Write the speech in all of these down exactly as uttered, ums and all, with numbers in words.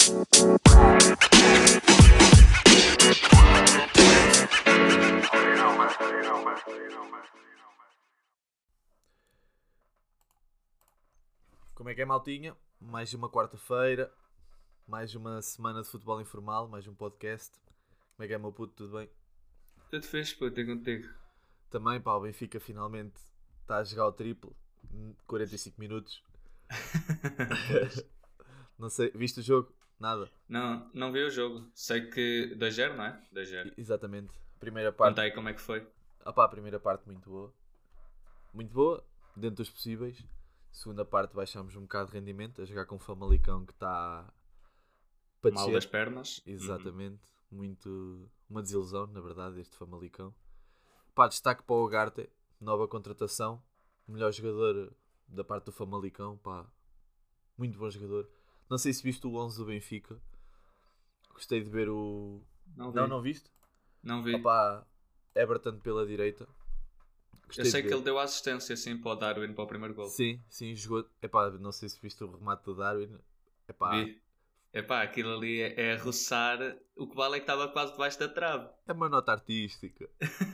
Como é que é, maltinha? Mais uma quarta-feira, mais uma semana de futebol informal, mais um podcast. Como é que é, meu puto? Tudo bem? Tudo fixe, puto, é contigo. Também, pá, o Benfica finalmente está a jogar o triplo, quarenta e cinco minutos. Pois. Não sei, viste o jogo? Nada? Não, não vi o jogo. Sei que dois a zero, não é? dois a zero. I- Exatamente. Primeira Conta parte, aí como é que foi. ah pá, a primeira parte muito boa. Muito boa, dentro dos possíveis. Segunda parte baixámos um bocado de rendimento, a jogar com o Famalicão que está para Mal descer. das pernas. Uhum. Exatamente. Muito, uma desilusão, na verdade, este Famalicão. Pá, destaque para o Ugarte, nova contratação, melhor jogador da parte do Famalicão, pá, muito bom jogador. Não sei se viste o onze do Benfica, gostei de ver o... Não vi. Não, não viste? Não vi. Opá, Everton pela direita. Gostei Eu sei de que ver. ele deu assistência assim para o Darwin para o primeiro gol. Sim, sim, jogou. Epá, não sei se viste o remate do Darwin. Epá, Vi. Epá, aquilo ali é, é roçar. O que vale é que estava quase debaixo da trave. é uma nota artística.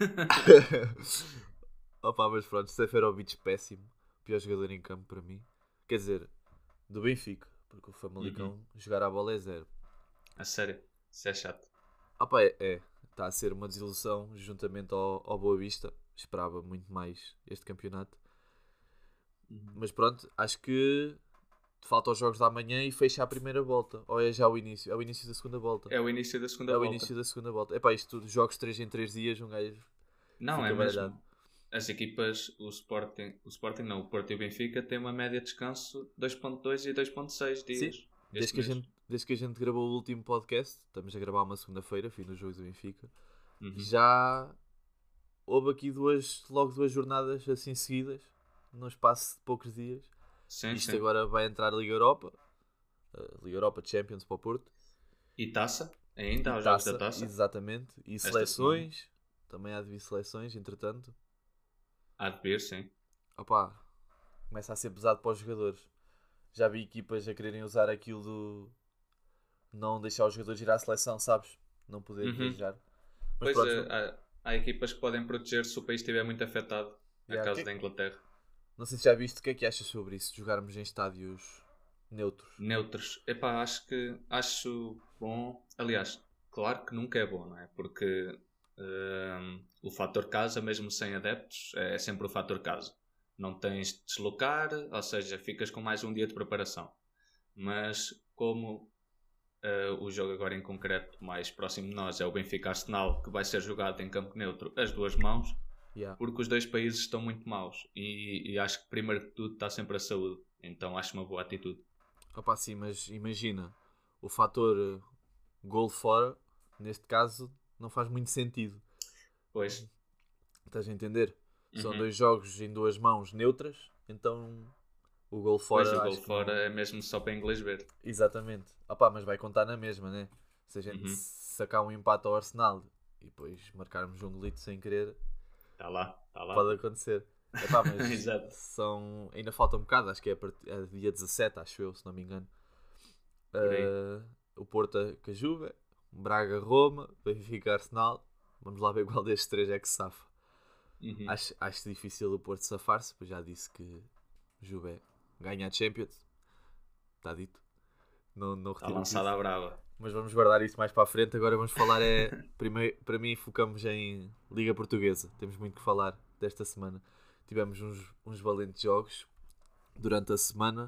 Opa, mas pronto, Seferovic péssimo. Pior jogador em campo para mim. Quer dizer, do Benfica. Porque o Famalicão Uhum. jogar a bola é zero. A sério, isso é chato. Opa, é. é. Está a ser uma desilusão juntamente ao, ao Boa Vista. Esperava muito mais este campeonato. Uhum. Mas pronto, acho que falta os jogos da manhã e fecha a primeira volta. Ou é já o início? É o início da segunda volta. É o início da segunda É o volta. início da segunda volta. Epá, isto tudo, jogos três em três dias, um gajo Não, fica é baralhado. mesmo. As equipas, o Sporting, o Sporting não, o Porto e o Benfica têm uma média de descanso dois ponto dois e dois ponto seis dias. Sim, desde este que, a mês. gente, desde que a gente gravou o último podcast, estamos a gravar uma segunda-feira, fim dos jogos do Benfica, Uhum. já houve aqui duas, logo duas jornadas assim seguidas, num espaço de poucos dias. Sim, Isto sim. agora vai entrar a Liga Europa, a Liga Europa Champions para o Porto. E taça, ainda, E aos jogos da taça. exatamente. E Esta seleções, também há de vir seleções, entretanto. Há de vir, sim. Opá, começa a ser pesado para os jogadores. Já vi equipas a quererem usar aquilo do não deixar os jogadores ir à seleção, sabes? Não poder Uhum. viajar. Mas Pois pronto, é, há, há equipas que podem proteger se o país estiver muito afetado. No Yeah, caso que- da Inglaterra. não sei se já viste, o que é que achas sobre isso? De jogarmos em estádios neutros. Neutros. Epá, acho que acho bom. Aliás, claro que nunca é bom, não é? Porque hum, o fator casa, mesmo sem adeptos, é sempre o fator casa. Não tens de deslocar, ou seja, ficas com mais um dia de preparação. Mas como uh, o jogo agora em concreto mais próximo de nós é o Benfica Arsenal, que vai ser jogado em campo neutro as duas mãos, Yeah. porque os dois países estão muito maus e, e acho que primeiro de tudo está sempre a saúde, então acho uma boa atitude. Opa, sim, mas imagina, o fator uh, gol fora, neste caso, não faz muito sentido. Pois. Estás a entender? São Uhum. dois jogos em duas mãos neutras, então o gol fora. Pois, o gol acho que fora não- é mesmo só para inglês ver. Exatamente. Opa, mas vai contar na mesma, né? Se a gente Uhum. sacar um empate ao Arsenal e depois marcarmos um golito sem querer, Está lá, está lá. pode acontecer. Epá, mas Exato. são... ainda falta um bocado, acho que é, a part... é dia dezassete, acho eu, se não me engano. Por aí. Uh, o Porto com a Juve, Braga, Roma, Benfica, Arsenal. Vamos lá ver qual destes três é que se safa. Uhum. Acho, acho difícil o Porto safar-se, pois já disse que Juve ganha a Champions. Está dito. Não, não Está retiro lançada isso. a brava. Mas vamos guardar isso mais para a frente. Agora vamos falar é... Primeiro, para mim focamos em Liga Portuguesa. Temos muito que falar desta semana. Tivemos uns, uns valentes jogos durante a semana.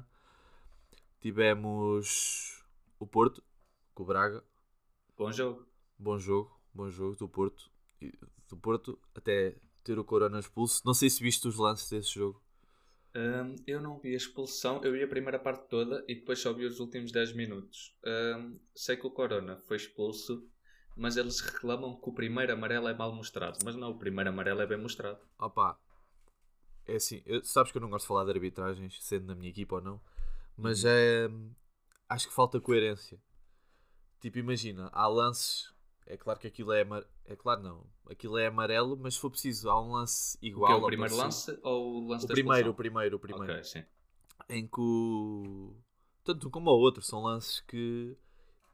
Tivemos o Porto com o Braga. Bom jogo. Bom jogo. Bom jogo do Porto. E do Porto até ter o Corona expulso. Não sei se viste os lances desse jogo. Hum, eu não vi a expulsão, eu vi a primeira parte toda e depois só vi os últimos dez minutos. Hum, sei que o Corona foi expulso, mas eles reclamam que o primeiro amarelo é mal mostrado. Mas não, o primeiro amarelo é bem mostrado. Opa, é assim, eu, sabes que eu não gosto de falar de arbitragens, sendo na minha equipa ou não, mas Uhum. é, acho que falta coerência. Tipo, imagina, há lances, é claro que aquilo é amar- é claro não, aquilo é amarelo, mas se for preciso, há um lance O que igual é o ao primeiro parecido. lance ou o lance O da primeiro, o expulsão? primeiro, o primeiro. Ok, sim. Em que o... tanto um como o outro são lances que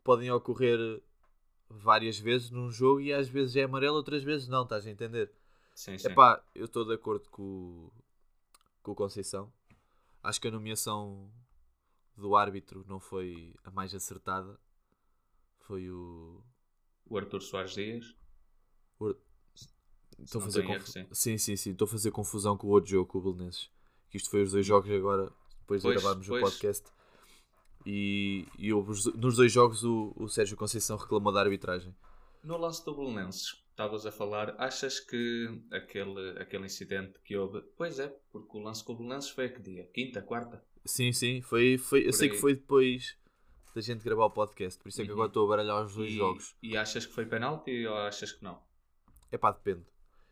podem ocorrer várias vezes num jogo e às vezes é amarelo, outras vezes não, estás a entender? Sim, sim. Epá, eu estou de acordo com, o- com o Conceição. Acho que a nomeação do árbitro não foi a mais acertada. Foi o... O Arthur Soares Dias. o- Se Estou a não fazer tem erro, confu... sim. sim, sim, sim. Estou a fazer confusão com o outro jogo, com o Belenenses. Que isto foi os dois jogos agora, depois de Pois, gravarmos o pois. podcast. E, e houve os- nos dois jogos o, o Sérgio Conceição reclamou da arbitragem. No lance do Belenenses, estavas a falar, achas que aquele, aquele incidente que houve... Pois é, porque o lance com o Belenenses foi a que dia? Quinta, quarta? Sim, sim. Foi, foi, eu Por sei que aí. foi depois da gente gravar o podcast. Por isso é que Uhum. agora estou a baralhar os dois E, jogos. e achas que foi penalti ou achas que não? Epá, depende.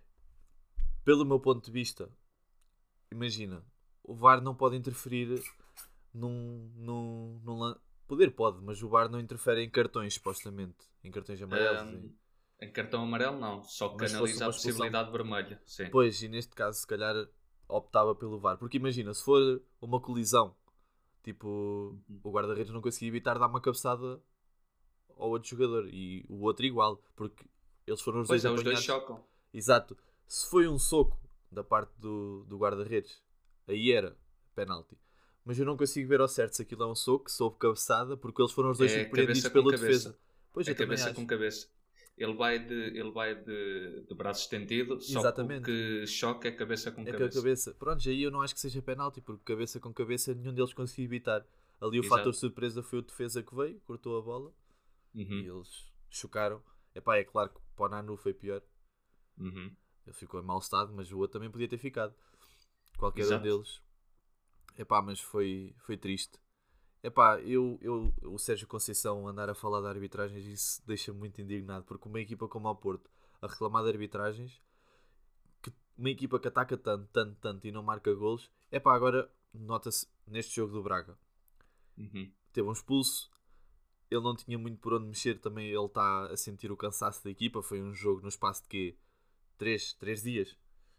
Pelo meu ponto de vista, imagina, o V A R não pode interferir num, num, num lan- poder pode, mas o V A R não interfere em cartões, supostamente. Em cartões amarelos. Ahm, e- em cartão amarelo não, só que Mas se fosse analisa uma a expulsão. possibilidade vermelha. Sim. Pois, e neste caso, se calhar, optava pelo V A R. Porque imagina, se for uma colisão, tipo, Uhum. o guarda-redes não conseguia evitar dar uma cabeçada ao outro jogador. E o outro igual, porque eles foram os Pois dois é, os dois apanhados. chocam. Exato. Se foi um soco da parte do, do guarda-redes, aí era penalti. Mas eu não consigo ver ao certo se aquilo é um soco, se houve cabeçada, porque eles foram os dois É surpreendidos cabeça com pela cabeça. defesa. Pois É eu também cabeça acho. com cabeça. Ele vai de, ele vai de, de braço estendido, só Exatamente. que o que choca é cabeça com É com a cabeça. cabeça. Pronto, aí eu não acho que seja penalti, porque cabeça com cabeça nenhum deles conseguiu evitar. Ali o Exato. fator surpresa foi o defesa que veio, cortou a bola Uhum. e eles chocaram. Epá, é claro que para o Nanu foi pior. Uhum. Ele ficou em mau estado, mas o outro também podia ter ficado. Qualquer Exato. um deles. Epá, mas foi, foi triste. Epá, eu, eu, o Sérgio Conceição andar a falar de arbitragens, isso deixa-me muito indignado, porque uma equipa como o Porto a reclamar de arbitragens, que uma equipa que ataca tanto, tanto, tanto e não marca golos, epá, agora nota-se neste jogo do Braga. Uhum. Teve um expulso, ele não tinha muito por onde mexer, também ele está a sentir o cansaço da equipa, foi um jogo no espaço de quê? três dias?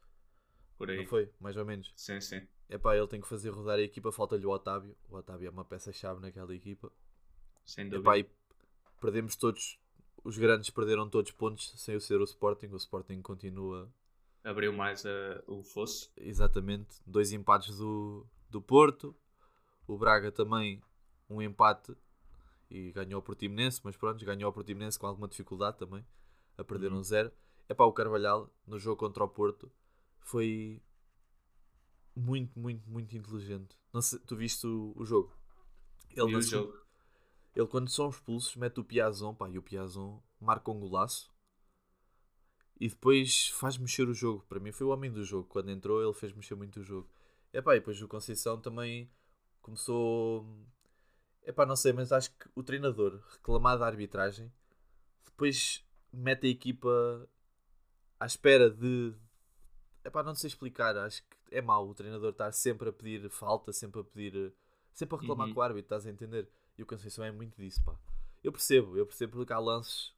Por aí. Não foi? Mais ou menos. Sim, sim. Epá, ele tem que fazer rodar a equipa, falta-lhe o Otávio. O Otávio é uma peça-chave naquela equipa. Sem Epá, dúvida. e perdemos todos, os grandes perderam todos pontos sem o ser o Sporting. O Sporting continua Abriu mais a, o fosso. exatamente. Dois empates do, do Porto. O Braga também um empate e ganhou o Portimonense, mas pronto, ganhou o Portimonense com alguma dificuldade também, a perder Uhum. um zero. Epá, o Carvalhal no jogo contra o Porto foi muito, muito, muito inteligente. Não sei, tu viste o, o jogo? Ele, E na o segunda- jogo. ele quando são expulsos mete o Piazon, pá, e o Piazon marca um golaço e depois faz mexer o jogo. Para mim foi o homem do jogo. Quando entrou ele fez mexer muito o jogo. Epá, e depois o Conceição também começou... Epá, não sei, mas acho que o treinador reclamar da arbitragem depois mete a equipa à espera de... Epá, não sei explicar. Acho que é mau o treinador estar sempre a pedir falta, sempre a pedir... Sempre a reclamar Uhum. com o árbitro, estás a entender? E o Conceição é muito disso, pá. Eu percebo, eu percebo porque há lances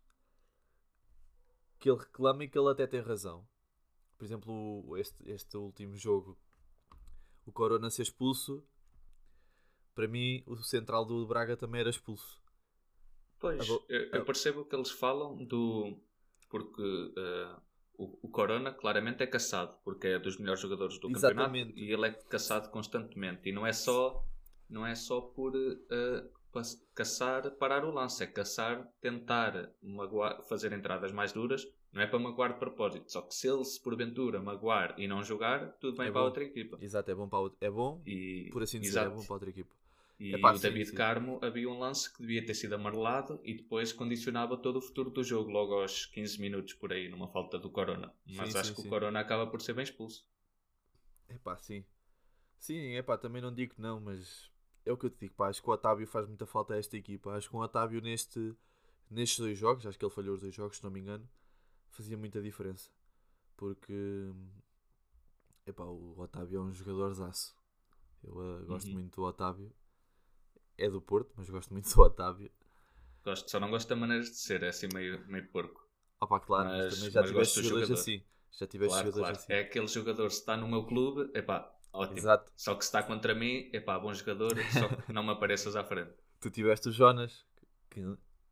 que ele reclama e que ele até tem razão. Por exemplo, o- este, este último jogo, o Corona ser expulso, para mim o central do Braga também era expulso. Pois, Agora- eu, eu percebo o que eles falam do... Porque eh, o, o Corona claramente é caçado, porque é dos melhores jogadores do Exatamente. campeonato e ele é caçado constantemente. E não é só, não é só por eh, pas- caçar, parar o lance, é caçar, tentar magoar, fazer entradas mais duras. Não é para magoar de propósito, só que se ele se porventura magoar e não jogar, tudo bem É para a bom. outra equipa. Exato, é bom, para o- é bom E, por assim dizer, exato. é bom para a outra equipa. E Epá, o sim, David sim. Carmo havia um lance que devia ter sido amarelado e depois condicionava todo o futuro do jogo, logo aos quinze minutos por aí, numa falta do Corona. Mas Sim, acho sim, que sim. o Corona acaba por ser bem expulso. Epá, sim. Sim, epá, também não digo que não, mas é o que eu te digo, pá, acho que o Otávio faz muita falta a esta equipa. Acho que o Otávio neste, nestes dois jogos, acho que ele falhou os dois jogos, se não me engano, fazia muita diferença. Porque, epá, o Otávio é um jogadorzaço. Eu uh, gosto Uhum. muito do Otávio. É do Porto, mas gosto muito do Otávio. Gosto, só não gosto da maneira de ser, é assim meio, meio porco. Opa, claro, mas, Mas- também já mas tiveste gosto do jogadores jogador. assim. Já tiveste Claro, jogadores claro. assim. É aquele jogador, se está no meu clube, epá, ótimo. Exato. Só que se está contra mim, epá, bom jogador, só que não me apareças à frente. Tu tiveste o Jonas, que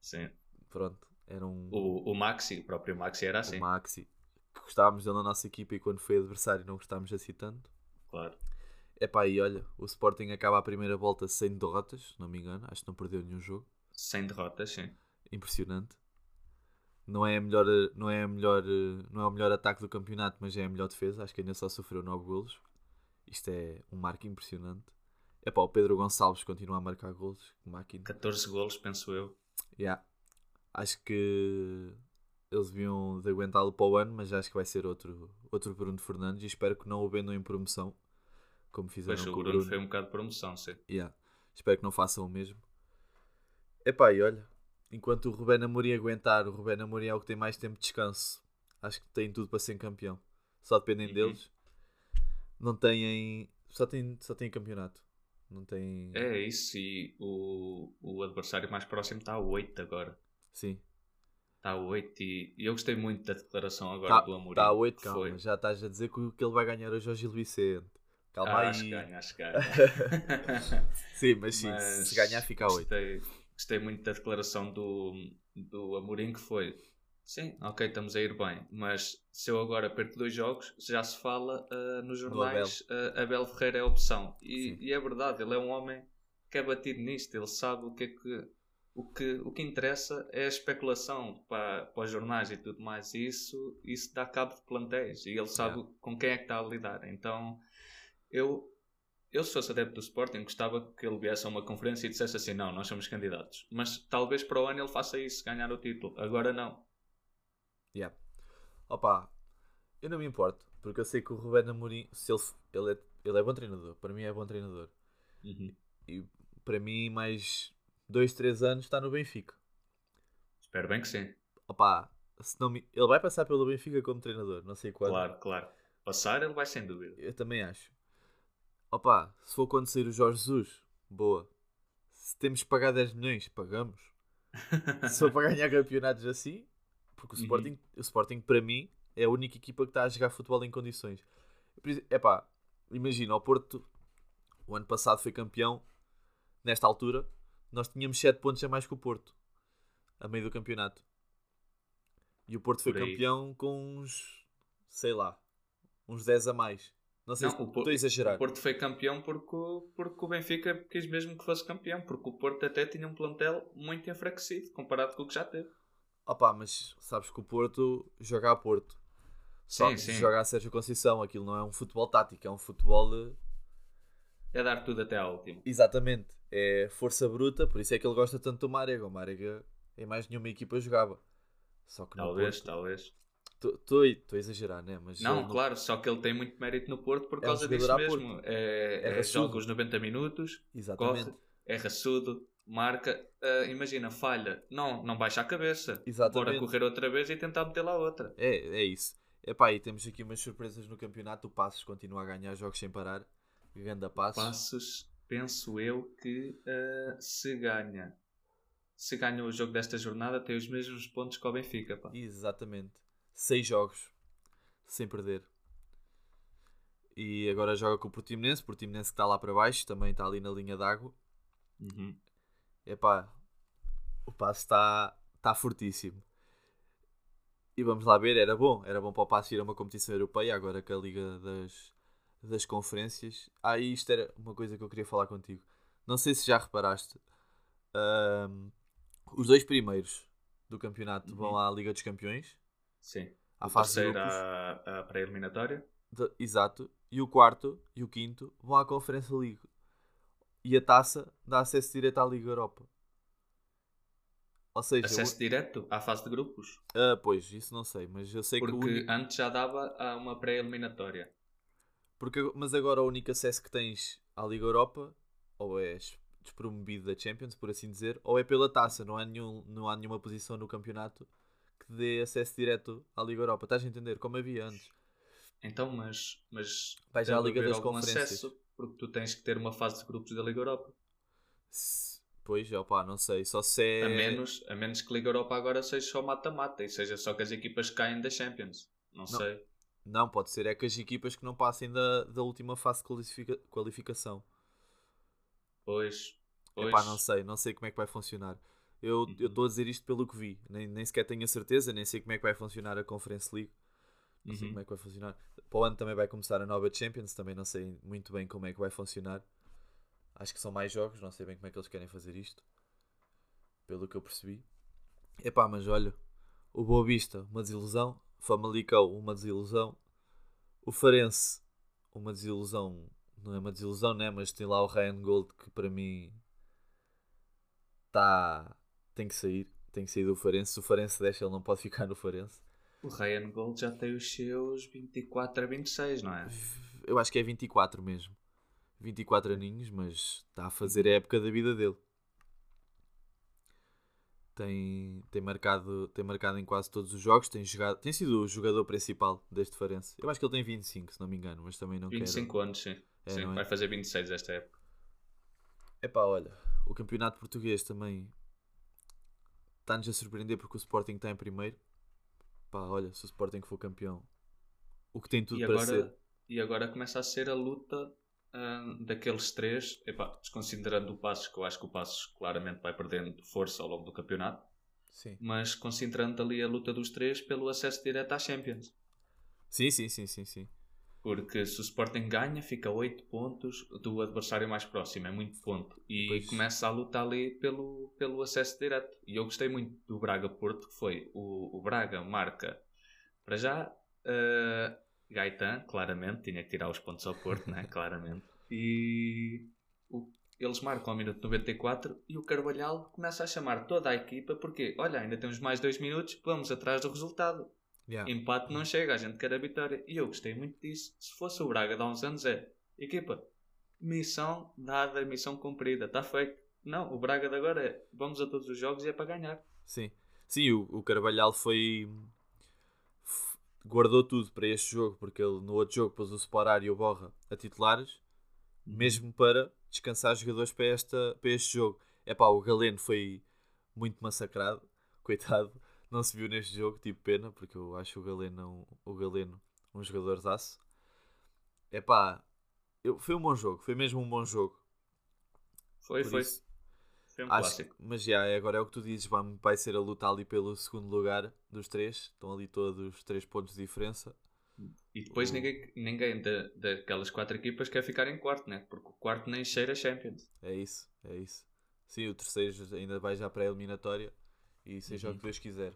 Sim. Pronto, era um... O, o Maxi, o próprio Maxi era assim. O Maxi, que gostávamos dele na nossa equipa e quando foi adversário não gostávamos assim tanto. Claro. Epá, e olha, o Sporting acaba a primeira volta sem derrotas, se não me engano. Acho que não perdeu nenhum jogo. Sem derrotas, sim. Impressionante. Não é, a melhor, não, é a melhor, não é o melhor ataque do campeonato, mas é a melhor defesa. Acho que ainda só sofreu nove golos. Isto é um marco impressionante. Epá, o Pedro Gonçalves continua a marcar golos. Que máquina. catorze golos, penso eu. Yeah. Acho que eles deviam de aguentá-lo para o ano, mas acho que vai ser outro, outro Bruno Fernandes e espero que não o vendam em promoção, como fizeram Pois, o com o Bruno Bruno. foi um bocado de promoção, sim. Yeah. Espero que não façam o mesmo. Epá, e olha, enquanto o Rubén Amorim aguentar, o Rubén Amorim é o que tem mais tempo de descanso. Acho que tem tudo para ser campeão. Só dependem Uhum. deles. Não têm... Só têm, só têm campeonato. Não têm... É isso, e o, o adversário mais próximo está a oito agora. Sim. Está a oito e, e eu gostei muito da declaração agora Tá, do Amorim. tá a oito, que calma. foi. Já estás a dizer que, o- que ele vai ganhar hoje ao Gil Vicente. Calma Ah, aí. acho que ganha, acho que ganha. Sim, mas sim, Mas se ganhar fica a oito. gostei, gostei muito da declaração do, do Amorim, que foi: sim, ok, estamos a ir bem, mas se eu agora perco dois jogos, já se fala uh, nos jornais, uh, Abel Ferreira é a opção. E, e é verdade, ele é um homem que é batido nisto, ele sabe o que é que o que, o que interessa é a especulação para, para os jornais e tudo mais, e isso, isso dá cabo de plantéis, e ele sabe Yeah. com quem é que está a lidar. Então eu eu, se fosse adepto do Sporting, gostava que ele viesse a uma conferência e dissesse assim: não, nós somos candidatos. Mas talvez para o ano ele faça isso, ganhar o título. Agora não. Yeah. Opa, eu não me importo, porque eu sei que o Rubén Amorim, se ele, ele, é, ele é bom treinador, para mim é bom treinador. Uhum. E para mim, mais dois, três anos está no Benfica. Espero bem que sim. Opa, se não me, ele vai passar pelo Benfica como treinador, não sei quando. Claro, claro. Passar ele vai sem dúvida. Eu também acho. Opa, se for quando sair o Jorge Jesus, boa. Se temos que pagar dez milhões, pagamos. Se for para ganhar campeonatos assim, porque o Uhum. Sporting, o Sporting para mim é a única equipa que está a jogar futebol em condições. Epá, imagina, o Porto o ano passado foi campeão, nesta altura nós tínhamos sete pontos a mais que o Porto a meio do campeonato, e o Porto foi Por aí. campeão com uns, sei lá, uns dez a mais. Não sei Não, se o, estou Por- a exagerar. o Porto foi campeão porque o, porque o Benfica quis mesmo que fosse campeão. Porque o Porto até tinha um plantel muito enfraquecido comparado com o que já teve. Opa, mas sabes que o Porto joga a Porto. Só Sim, que sim. joga a Sérgio Conceição. Aquilo não é um futebol tático, é um futebol... de- É dar tudo até à última. Exatamente. É força bruta, por isso é que ele gosta tanto do Marega. O Marega em mais nenhuma equipa jogava. Só que no Talvez, Porto... talvez. Estou a exagerar, né? Mas Não, ele no- claro, só que ele tem muito mérito no Porto por É um causa jogador disso à mesmo. Porto. É, É é raçudo. joga os noventa minutos, Exatamente. corre, é raçudo, marca. Ah, imagina, falha. Não, não baixa a cabeça. Exatamente. Bora correr outra vez e tentar meter lá outra. É, é isso. Epá, e temos aqui umas surpresas no campeonato. O Passos continua a ganhar jogos sem parar. Ganda Passos. Passos, penso eu que ah, se ganha. Se ganha o jogo desta jornada, tem os mesmos pontos que o Benfica. Pá. Exatamente. Seis jogos sem perder. E agora joga com o Portimonense. O Portimonense que está lá para baixo. Também está ali na linha d'água. Uhum. Epá, o Passos está está fortíssimo. E vamos lá ver. Era bom. Era bom para o Passos ir a uma competição europeia. Agora com a Liga das, das Conferências. Ah, e isto era uma coisa que eu queria falar contigo. Não sei se já reparaste. Ahm, os dois primeiros do campeonato Uhum. vão à Liga dos Campeões. Sim. À O fase de terceiro grupos. à, à pré-eliminatória. De- exato. E o quarto e o quinto vão à Conferência League. E a taça dá acesso direto à Liga Europa. Ou seja, Acesso o- direto à fase de grupos. ah, pois, isso não sei, mas eu sei que o Porque único. antes já dava a uma pré-eliminatória. Porque, mas agora o único acesso que tens à Liga Europa ou és despromovido da Champions, por assim dizer, ou é pela taça. Não há, nenhum, não há nenhuma posição no campeonato que dê acesso direto à Liga Europa. Estás a entender? Como havia antes. Então, mas, mas Vai já à deve Liga haver das algum Conferências. acesso, porque tu tens que ter uma fase de grupos da Liga Europa. Se- Pois, opá, não sei. Só se é. A menos, a menos que a Liga Europa agora seja só mata-mata e seja só que as equipas caem da Champions. Não, sei. Não, pode ser é que as equipas que não passem da, da última fase de qualifica- qualificação. Pois, pois. Epá, não sei, não sei como é que vai funcionar. Eu Uhum. estou a dizer isto pelo que vi. Nem, nem sequer tenho a certeza, nem sei como é que vai funcionar a Conference League. Não sei Uhum. como é que vai funcionar. Para o ano também vai começar a nova Champions, também não sei muito bem como é que vai funcionar. Acho que são mais jogos, não sei bem como é que eles querem fazer isto, pelo que eu percebi. Epá, mas olha, o Boa Vista, uma desilusão. Famalicão, uma desilusão. O Farense, uma desilusão. Não é uma desilusão, né? Mas tem lá o Ryan Gold que para mim tá... tem que sair. Tem que sair do Farense. Se o Farense deixa, ele não pode ficar no Farense. O Ryan Gold já tem os seus vinte e quatro a vinte e seis, não é? Eu acho que é vinte e quatro mesmo. vinte e quatro aninhos, mas está a fazer a Uhum. época da vida dele. Tem, tem, marcado, tem marcado em quase todos os jogos. Tem, jogado, tem sido o jogador principal deste Farense. Eu acho que ele tem vinte e cinco, se não me engano, mas também não vinte e quero. cinco anos, sim. É, Sim, não é? vai fazer vinte e seis esta época. Epá, olha, o campeonato português também está-nos a surpreender porque o Sporting está em primeiro. Pá, olha, se o Sporting for campeão, o que tem tudo E para ser. agora, e agora começa a ser a luta ah, daqueles três, epá, desconsiderando o Passos, que eu acho que o Passos claramente vai perdendo força ao longo do campeonato, Sim. mas concentrando ali a luta dos três pelo acesso direto à Champions. Sim, sim, sim, sim, sim. Porque se o Sporting ganha, fica oito pontos do adversário mais próximo, é muito ponto. E Pois, começa a luta ali pelo, pelo acesso direto. E eu gostei muito do Braga-Porto, que foi o, o Braga marca, para já, uh, Gaetan, claramente, tinha que tirar os pontos ao Porto, né? Claramente. E o- eles marcam ao minuto noventa e quatro e o Carvalhal começa a chamar toda a equipa, porque, olha, ainda temos mais dois minutos, vamos atrás do resultado. yeah. Empate não chega, a gente quer a vitória. E eu gostei muito disso. Se fosse o Braga de há uns anos, é equipa, missão dada, missão cumprida, está feito. Não, o Braga de agora é vamos a todos os jogos e é para ganhar. Sim. Sim, o, o Carvalhal foi. f- guardou tudo para este jogo, porque ele no outro jogo pôs o Sporar e o Borra a titulares, Uhum. mesmo para descansar jogadores para, esta, para este jogo. É pá, o Galeno foi muito massacrado, coitado, não se viu neste jogo, tive pena, porque eu acho o Galeno, o Galeno um jogadorzaço. É pá, foi um bom jogo, foi mesmo um bom jogo, Foi, por foi. isso Foi um acho que, clássico. mas já, agora é o que tu dizes, vai, vai ser a luta ali pelo segundo lugar dos três, estão ali todos três pontos de diferença. E depois O, ninguém, ninguém da, daquelas quatro equipas quer ficar em quarto, né? Porque o quarto nem cheira a Champions. É isso, é isso. Sim, o terceiro ainda vai já para a eliminatória e seja o Uhum. que Deus quiser.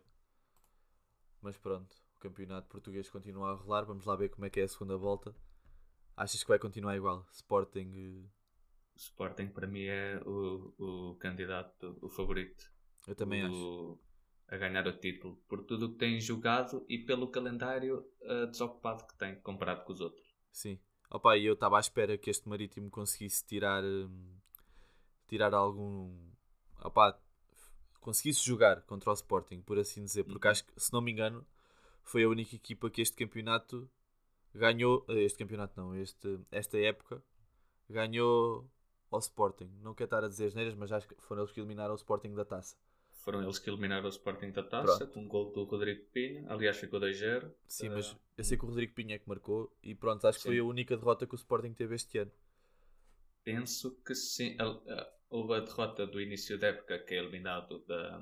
Mas pronto, o campeonato português continua a rolar. Vamos lá ver como é que é a segunda volta. Achas que vai continuar igual? Sporting. eh, O Sporting para mim é o, o candidato, o favorito Eu também acho. o, a ganhar o título. Por tudo o que tem jogado e pelo calendário uh, desocupado que tem comparado com os outros. Sim. Opa, e eu estava à espera que este Marítimo conseguisse tirar. hum, tirar algum. Opa, conseguisse jogar contra o Sporting, por assim dizer. Porque Uhum. acho que, se não me engano, foi a única equipa que este campeonato ganhou. eh, Este campeonato não, este, esta época ganhou ao Sporting. Não quero estar a dizer asneiras, mas acho que foram eles que eliminaram o Sporting da taça. Foram eles que eliminaram o Sporting da taça Pronto. com um gol do Rodrigo Pinho. Aliás, ficou dois a zero. Sim, mas Uh, eu sei um, que o Rodrigo Pinho é que marcou e pronto, acho que foi sim. a única derrota que o Sporting teve este ano. Penso que sim. A- a- Houve a derrota do início da época, que é eliminado da,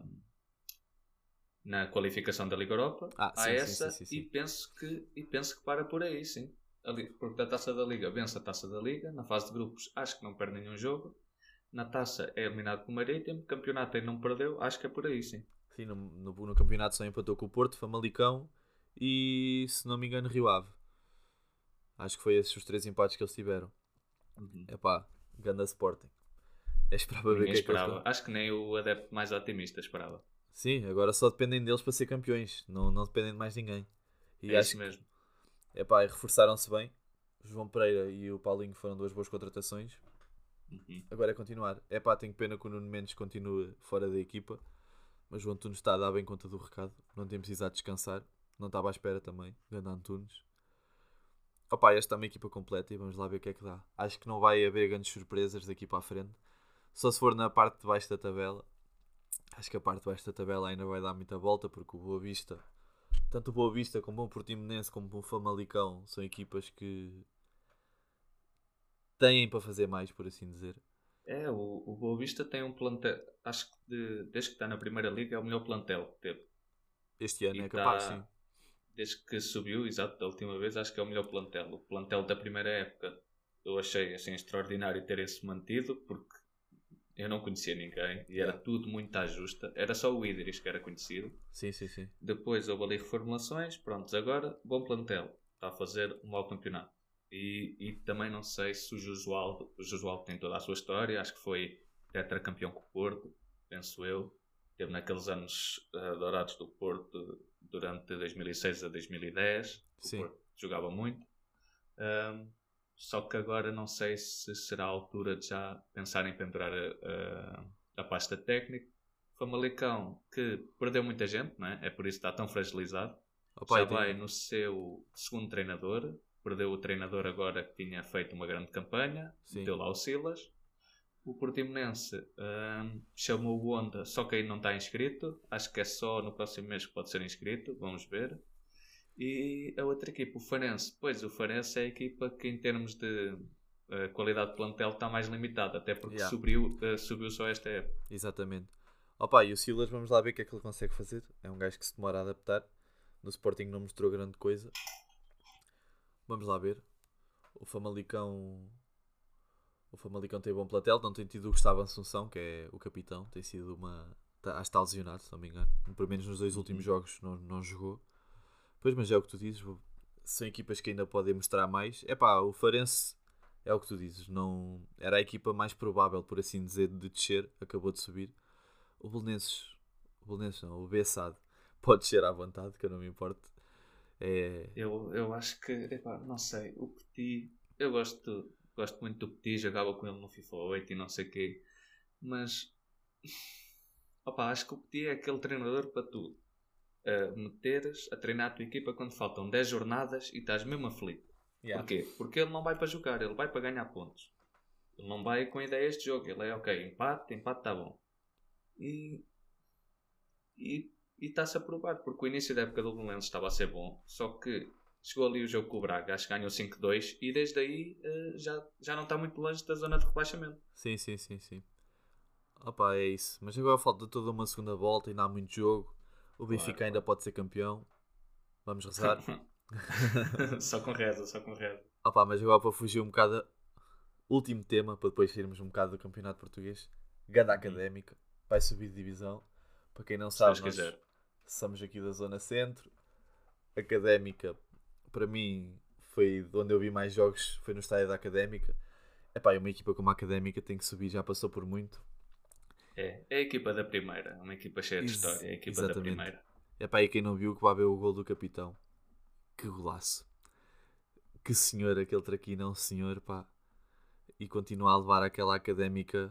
na qualificação da Liga Europa. Ah, Há sim, sim, sim, essa sim, e sim. penso que, e penso que para por aí, sim. Ali, porque da Taça da Liga vence a Taça da Liga. Na fase de grupos, acho que não perde nenhum jogo. Na Taça é eliminado pelo Marítimo. Campeonato aí não perdeu. Acho que é por aí, sim. Sim, no, no, no campeonato só empatou com o Porto, Famalicão e, se não me engano, Rio Ave. Acho que foi esses os três empates que eles tiveram. Uhum. Epá, ganda Sporting. É esperar para ver o Ninguém que é que eles... esperava. Acho que nem o adepto mais otimista esperava. Sim, agora só dependem deles para ser campeões. Não, não dependem de mais ninguém. E É acho isso que, mesmo. epá, reforçaram-se bem. O João Pereira e o Paulinho foram duas boas contratações. Uhum. Agora é continuar. Epá, tenho pena que o Nuno Mendes continue fora da equipa. Mas o Antunes está a dar bem conta do recado. Não tem precisado descansar. Não estava à espera também. Grande Antunes. Opa, esta é uma equipa completa e vamos lá ver o que é que dá. Acho que não vai haver grandes surpresas daqui para a frente. Só se for na parte de baixo da tabela. Acho que a parte de baixo da tabela ainda vai dar muita volta porque o Boa Vista, tanto o Boa Vista como o Portimonense como o Famalicão são equipas que têm para fazer mais, por assim dizer. É, o, o Boa Vista tem um plantel, acho que de- desde que está na Primeira Liga é o melhor plantel que teve. Este E ano é capaz, sim. está, desde que subiu, exato, da última vez, acho que é o melhor plantel. O plantel da primeira época eu achei assim extraordinário terem-se mantido, porque eu não conhecia ninguém e era Yeah. tudo muito à justa. Era só o Idris que era conhecido. Sim, sim, sim. Depois houve ali reformulações, prontos, agora bom plantel. Está a fazer um mau campeonato. E, e também não sei se o Josualdo, o Josualdo tem toda a sua história, acho que foi tetracampeão com o Porto, penso eu. Teve naqueles anos uh, dourados do Porto durante dois mil e seis a dois mil e dez. O Sim. Porto jogava muito. Um, só que agora não sei se será a altura de já pensar em pendurar a, a, a pasta técnica. Famalicão, que perdeu muita gente, não é? É por isso que está tão fragilizado. Opa, Já e vai tem... no seu segundo treinador. Perdeu o treinador agora que tinha feito uma grande campanha. Sim. Meteu lá o Silas. O Portimonense hum, chamou o Honda, só que aí não está inscrito. Acho que é só no próximo mês que pode ser inscrito. Vamos ver. E a outra equipa, o Farense. Pois, o Farense é a equipa que em termos de uh, qualidade de plantel está mais limitada. Até porque Yeah. subiu, uh, subiu só esta época. Exatamente. Opa, e o Silas, vamos lá ver o que é que ele consegue fazer. É um gajo que se demora a adaptar. No Sporting não mostrou grande coisa. Vamos lá ver. O Famalicão... O Famalicão tem bom plantel. Não tem tido o Gustavo Assunção, que é o capitão. Tem sido uma... Tá, acho que está lesionado, se não me engano. Pelo menos nos dois últimos jogos não, não jogou. Pois, mas é o que tu dizes. São equipas que ainda podem mostrar mais. É pá, o Farense é o que tu dizes. Não... Era a equipa mais provável, por assim dizer, de descer. Acabou de subir. O Belenenses... O Belenenses não, o Bessade pode descer à vontade, que eu não me importo. É... Eu, eu acho que, epá, não sei, o Petit, eu gosto, gosto muito do Petit, jogava com ele no FIFA oito e não sei o quê, mas opa, acho que o Petit é aquele treinador para tu uh, meteres a treinar a tua equipa quando faltam dez jornadas e estás mesmo aflito. Yeah. Porquê? Porque ele não vai para jogar, ele vai para ganhar pontos. Ele não vai com ideias de jogo, ele é ok, empate, empate está bom. E, e E está-se a provar, porque o início da época do Belenenses estava a ser bom, só que chegou ali o jogo com o Braga, acho que ganhou cinco dois e desde aí uh, já, já não está muito longe da zona de rebaixamento. Sim, sim, sim, sim. Opa, é isso. Mas agora falta toda uma segunda volta, ainda há muito jogo. O Benfica Claro, ainda claro. pode ser campeão. Vamos rezar. Só com reza, só com reza. Opa, mas agora para fugir um bocado, último tema, para depois sairmos um bocado do campeonato português. Gada Uhum. Académica, vai subir de divisão. Para quem não Se sabe, Deus nós quiser. somos aqui da Zona Centro. Académica, para mim, foi onde eu vi mais jogos, foi no estádio da Académica. Epá, uma equipa como a Académica tem que subir, já passou por muito. É, é a equipa da primeira, uma equipa cheia de Ex- história, é a equipa exatamente. da primeira. Epá, e quem não viu, que vai ver o gol do capitão. Que golaço. Que senhor, aquele traquinão, senhor, pá. E continua a levar aquela Académica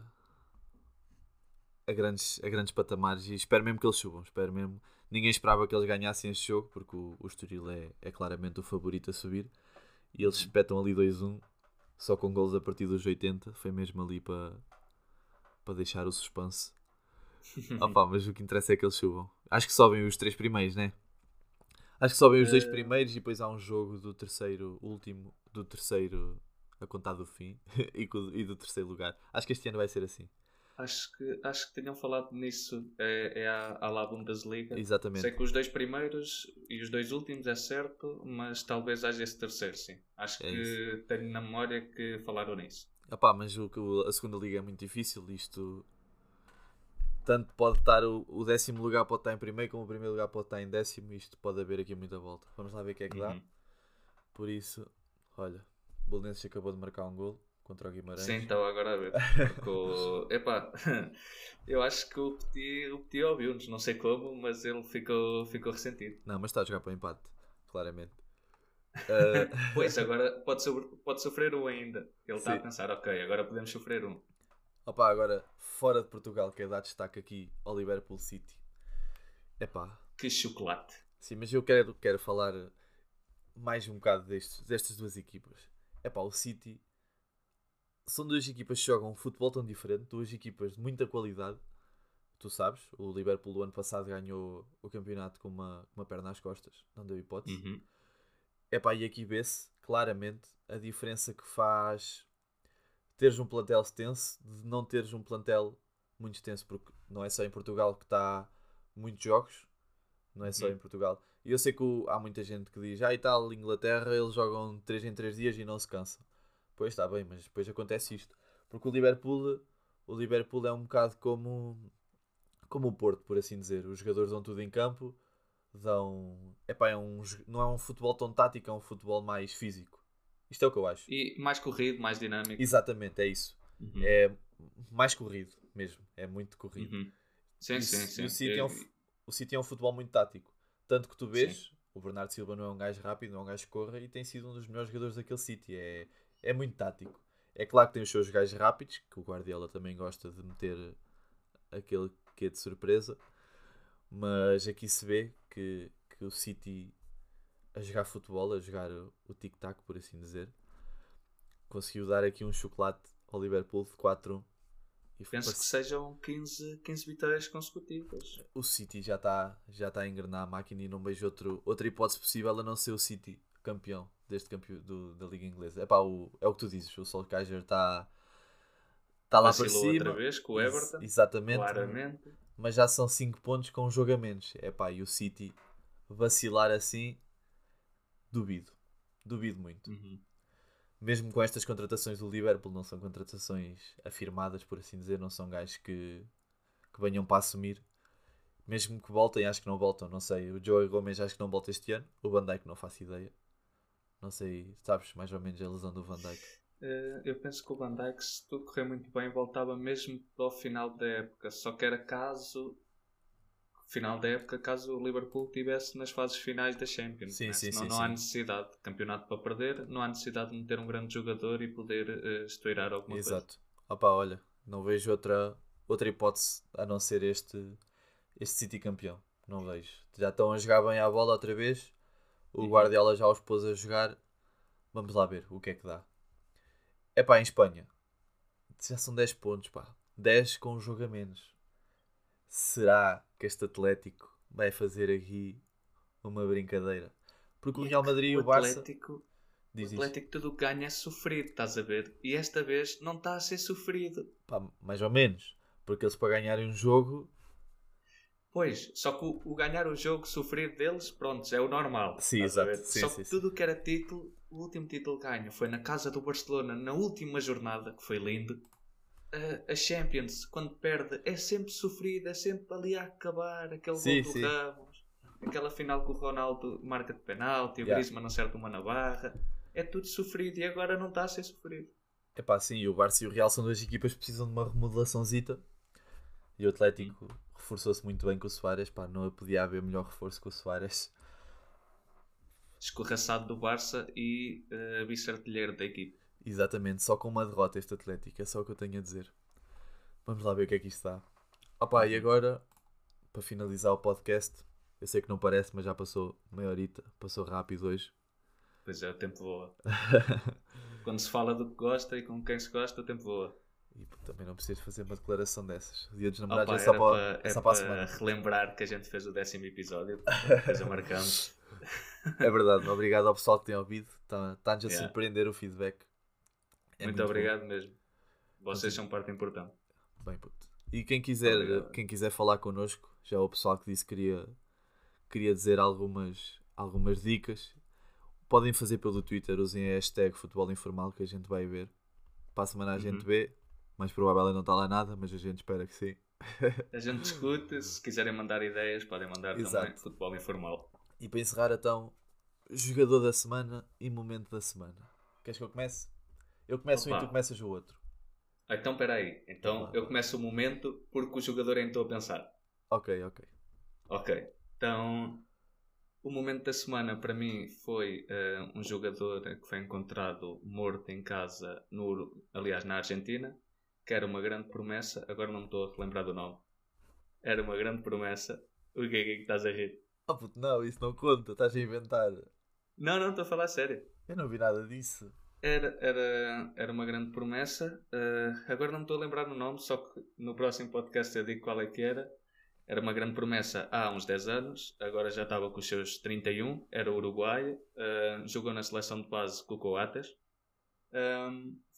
a grandes, a grandes patamares. E espero mesmo que eles subam, espero mesmo. Ninguém esperava que eles ganhassem este jogo, porque o, o Estoril é, é claramente o favorito a subir. E eles espetam ali dois a um, só com golos a partir dos oitenta. Foi mesmo ali para para deixar o suspense. Opa, mas o que interessa é que eles subam. Acho que sobem os três primeiros, né? Acho que sobem os dois Uh, primeiros e depois há um jogo do terceiro, último, do terceiro a contar do fim e, co- e do terceiro lugar. Acho que este ano vai ser assim. acho, que, acho que tinham falado nisso, é, é a, a La Bundesliga. Exatamente. Sei que os dois primeiros e os dois últimos é certo, mas talvez haja esse terceiro, sim. Acho É que isso. tenho na memória que falaram nisso. Opa, mas o, o- a segunda liga é muito difícil. Isto tanto pode estar o, o décimo lugar pode estar em primeiro, como o primeiro lugar pode estar em décimo. Isto pode haver aqui muita volta. Vamos lá ver o que é que dá. Uhum. Por isso, olha, o Belenenses acabou de marcar um gol contra o Guimarães. Sim, estava agora a ver. Marcou... Epá, eu acho que o Petit, o Petit ouviu-nos, não sei como, mas ele ficou, ficou ressentido. Não, mas está a jogar para o empate, claramente. Uh, Pois, agora pode, sobre, pode sofrer um ainda. Ele está a Sim. pensar, ok, agora podemos sofrer um. Opa, agora, fora de Portugal, que é dar destaque aqui ao Liverpool City. Epá, Que chocolate. sim, mas eu quero, quero falar mais um bocado destes, destas duas equipas. Epá, o City são duas equipas que jogam um futebol tão diferente, duas equipas de muita qualidade. Tu sabes, o Liverpool do ano passado ganhou o campeonato com uma, uma perna às costas, não deu hipótese. Uhum. Epá, e aqui vê-se claramente a diferença que faz teres um plantel extenso, de não teres um plantel muito extenso, porque não é só em Portugal que está muitos jogos, não é só Uhum. em Portugal. E eu sei que o- há muita gente que diz, ah, e tal, Inglaterra, eles jogam três em três dias e não se cansam. Pois está bem, mas depois acontece isto. Porque o Liverpool, o Liverpool é um bocado como, como o Porto, por assim dizer. Os jogadores dão tudo em campo, dão. Epá, é um, jo- não é um futebol tão tático, é um futebol mais físico. Isto é o que eu acho. E mais corrido, mais dinâmico. Exatamente, é isso. Uhum. É mais corrido mesmo. É muito corrido. Uhum. E, Sim, o sim, C- e o sim. City é um, fu- Eu- o City é um futebol muito tático. Tanto que tu sim. vês, o Bernardo Silva não é um gajo rápido, não é um gajo que corra e tem sido um dos melhores jogadores daquele City. É, é muito tático. É claro que tem os seus gajos rápidos, que o Guardiola também gosta de meter aquele que é de surpresa, mas aqui se vê que, que o City a jogar futebol, a jogar o, o tic-tac, por assim dizer, conseguiu dar aqui um chocolate ao Liverpool de quatro a um. E foi Penso que parec- sejam quinze, quinze vitórias consecutivas. o City já está já tá a engrenar a máquina e não vejo outro, outra hipótese possível a não ser o City campeão deste campeão do, da Liga Inglesa. Epá, o, é o que tu dizes, o Solskjaer está tá lá para Vacilou outra cima, vez com o ex- Everton, exatamente, claramente. mas já são cinco pontos com um jogo a menos. Epá, e o City vacilar assim, duvido, duvido muito. Uhum. Mesmo com estas contratações do Liverpool, não são contratações afirmadas, por assim dizer, não são gajos que, que venham para assumir. Mesmo que voltem, acho que não voltam, não sei. O Joey Gomes acho que não volta este ano. O Van Dijk não faço ideia. Não sei, sabes mais ou menos a lesão do Van Dijk. Eh, eu penso que o Van Dijk, se tudo correr muito bem, voltava mesmo para o final da época. Só que era caso, final da época, caso o Liverpool estivesse nas fases finais da Champions. Sim, Né? sim, Senão sim, não há sim. necessidade de campeonato para perder, não há necessidade de meter um grande jogador e poder eh, estourar alguma coisa. Exato. Opa, olha, não vejo outra, outra hipótese a não ser este, este City campeão. Não vejo. Já estão a jogar bem à bola outra vez. O Uhum. Guardiola já os pôs a jogar. Vamos lá ver o que é que dá. É pá, em Espanha. Já são dez pontos, pá. dez com um jogo a menos. Será que este Atlético vai fazer aqui uma brincadeira? Porque o E é Real que Madrid e o o Barça... Atlético, o Diz isto. Atlético tudo o que ganha é sofrido, estás a ver? E esta vez não está a ser sofrido. Pá, mais ou menos. Porque eles para ganharem um jogo... Pois, só que o, o ganhar o jogo sofrido deles, pronto, é o normal. Sim, Estás a exato. ver? Sim, Só sim, que sim. tudo o que era título, o último título ganho foi na casa do Barcelona, na última jornada, que foi lindo. A, a Champions, quando perde, é sempre sofrido, é sempre ali a acabar. Aquele Sim, gol do sim. Ramos, aquela final que o Ronaldo marca de penalti, o Yeah. Griezmann acerta uma na barra. É tudo sofrido e agora não está a ser sofrido. Epá, sim, e o Barça e o Real são duas equipas que precisam de uma remodelaçãozita. E o Atlético reforçou-se muito bem com o Suárez. Pá, não podia haver melhor reforço que o Suárez. Escorraçado do Barça e uh, vice-artilheiro da equipe. Exatamente, só com uma derrota este Atlético. É só o que eu tenho a dizer. Vamos lá ver o que é que isto dá. Opa, e agora, para finalizar o podcast, eu sei que não parece, mas já passou meia horita. Passou rápido hoje. Pois é, o tempo voa. Quando se fala do que gosta e com quem se gosta, o tempo voa. E pô, também não preciso fazer uma declaração dessas. O dia dos namorados Opa, é só era para, para, é é só para a para semana. relembrar que a gente fez o décimo episódio. Coisa marcante. É verdade, obrigado ao pessoal que tem ouvido. Está- Está-nos a Yeah. surpreender o feedback. É Muito, muito obrigado mesmo. Vocês Continu- são parte importante. bom. Bem, puto. E quem quiser, Obrigado. quem quiser falar connosco, já é o pessoal que disse que queria, queria dizer algumas, algumas dicas. Podem fazer pelo Twitter, usem a hashtag Futebol Informal que a gente vai ver. Para a semana a gente Uhum. vê. Mais provável é não estar lá nada, mas a gente espera que sim. A gente discute. Se quiserem mandar ideias, podem mandar Exato. também. Futebol informal. E para encerrar então, jogador da semana e momento da semana. Queres que eu comece? Eu começo um e Opa. tu começas o outro. Ah, então, espera aí. Então, Opa. eu começo o momento porque o jogador é em que estou a pensar. Ok, ok. Ok. Então, o momento da semana para mim foi eh, um jogador que foi encontrado morto em casa, no, aliás, na Argentina, que era uma grande promessa. Agora não me estou a relembrar do nome. Era uma grande promessa. O que é que estás a rir? Oh puto, não, isso não conta, estás a inventar. Não, não, estou a falar a sério. Eu não vi nada disso. Era, era, era uma grande promessa. Eh, agora não me estou a lembrar do nome, só que no próximo podcast eu digo qual é que era. Era uma grande promessa há uns dez anos, agora já estava com os seus trinta e um, era uruguaio, uh, jogou na seleção de base com o Coates. Um,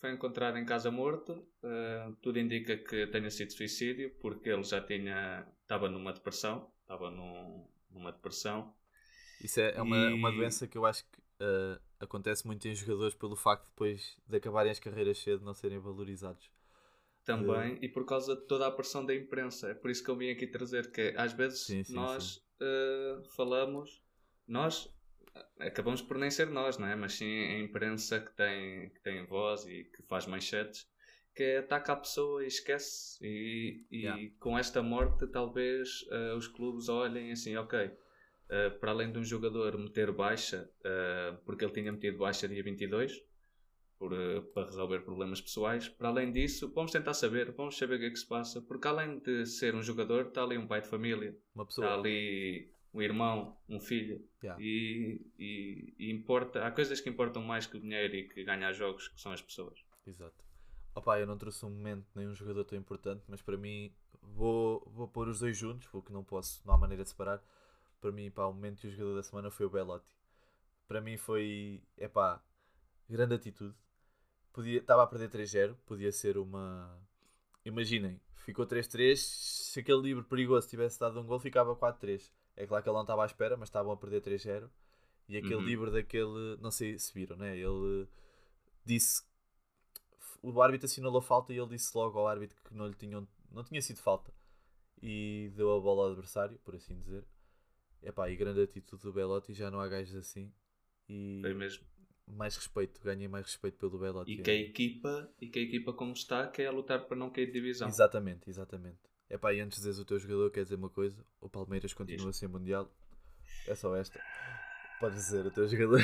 foi encontrado em casa morto. Uh, tudo indica que tenha sido suicídio, porque ele já tinha, estava numa depressão, estava num, numa depressão. Isso é, é uma, E- uma doença que eu acho que uh, acontece muito em jogadores pelo facto de depois de acabarem as carreiras cedo não serem valorizados. Também, e por causa de toda a pressão da imprensa. É por isso que eu vim aqui trazer que às vezes Sim, sim, nós uh, falamos, nós acabamos por nem ser nós, não é? Mas sim a imprensa que tem, que tem voz e que faz manchetes, que ataca a pessoa e esquece. E, e Yeah. com esta morte, talvez uh, os clubes olhem assim, ok, uh, para além de um jogador meter baixa, uh, porque ele tinha metido baixa dia vinte e dois, por, uh, para resolver problemas pessoais, para além disso, vamos tentar saber, vamos saber o que é que se passa, porque além de ser um jogador, está ali um pai de família, Uma está pessoa. ali um irmão, um filho, Yeah. e, e, e importa, há coisas que importam mais que o dinheiro e que ganhar jogos, que são as pessoas. Exato. Opa, eu não trouxe um momento nem um jogador tão importante, mas para mim vou, vou pôr os dois juntos, porque não posso, não há maneira de separar. Para mim, pá, o momento e o jogador da semana foi o Belotti. Para mim foi, é pá, grande atitude. Podia, estava a perder três zero, podia ser uma... Imaginem, ficou três três, se aquele livre perigoso tivesse dado um gol, ficava quatro três. É claro que ele não estava à espera, mas estavam a perder três zero. E aquele Uhum. livre daquele, não sei se viram, né? Ele disse, o árbitro assinalou falta e ele disse logo ao árbitro que não lhe tinham, não tinha sido falta. E deu a bola ao adversário, por assim dizer. Epá, e grande atitude do Belotti, já não há gajos assim. E Foi mesmo. mais respeito, ganhei mais respeito pelo Belotti. E que a equipa, e que a equipa como está, quer lutar para não cair de divisão. Exatamente, exatamente. Epá, e antes de dizeres o teu jogador, quer dizer uma coisa: o Palmeiras continua a ser mundial. É só esta. Podes dizer o teu jogador.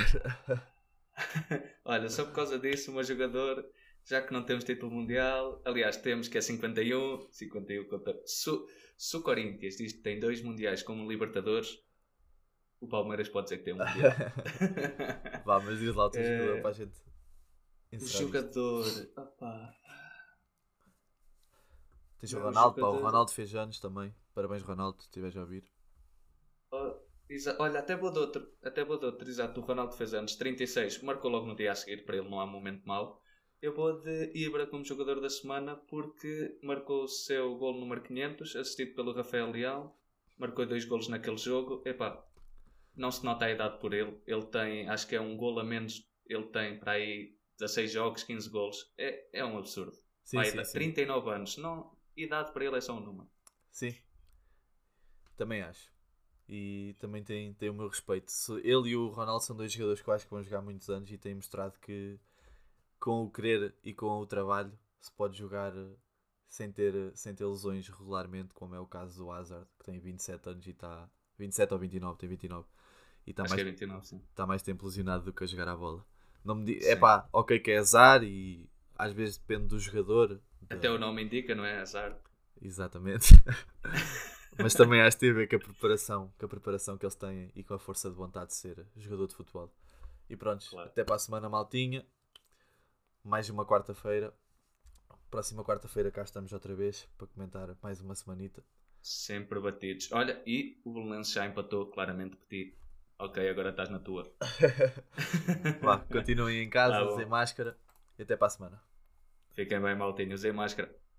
Olha, só por causa disso, o meu jogador, já que não temos título mundial, aliás, temos que é cinquenta e um, cinquenta e um contra. Se, se o Corinthians diz que tem dois mundiais como Libertadores, o Palmeiras pode dizer que tem um mundial. Vá, mas diz lá o teu É, jogador para a gente O encerrar isto. jogador. Opá. Tens o Meu Ronaldo, pá, o jogador- Ronaldo fez anos também. Parabéns, Ronaldo, se estiveres a ouvir. Oh, exa- Olha, até vou de outro, até vou de outro, exato, o Ronaldo fez anos, trinta e seis, marcou logo no dia a seguir, para ele não há momento mau. Eu vou de Ibra como jogador da semana porque marcou o seu gol número quinhentos, assistido pelo Rafael Leão, marcou dois golos naquele jogo. Epá, não se nota a idade por ele, ele tem, acho que é um gol a menos, ele tem para aí dezasseis jogos, quinze golos, é, é um absurdo. Sim, Pá, sim, idade- sim. trinta e nove anos, não, idade para ele é só um número. Sim. Também acho. E também tem, tem o meu respeito. Se ele e o Ronaldo são dois jogadores que eu acho que vão jogar muitos anos e têm mostrado que com o querer e com o trabalho se pode jogar eh, sem ter, sem ter lesões regularmente, como é o caso do Hazard, que tem vinte e sete anos e está... vinte e sete ou vinte e nove, tem vinte e nove. E está Acho mais, que é vinte e nove, sim. está mais tempo lesionado do que a jogar a bola. Não me di... Sim. É pá, ok que é azar e às vezes depende do jogador. da- Até o nome indica, não é? Azar. Exatamente. Mas também acho que tem a ver com a preparação, com a preparação que eles têm e com a força de vontade de ser jogador de futebol. E pronto, Claro. até para a semana, maltinha. Mais uma quarta-feira. Próxima quarta-feira cá estamos outra vez para comentar mais uma semanita. Sempre batidos. Olha, e o Belenenses já empatou, claramente pedi. Ok, agora estás na tua. Vá, continuem em casa, Tá bom. sem máscara e até para a semana. Fiquem bem, maltinhos. Em máscara.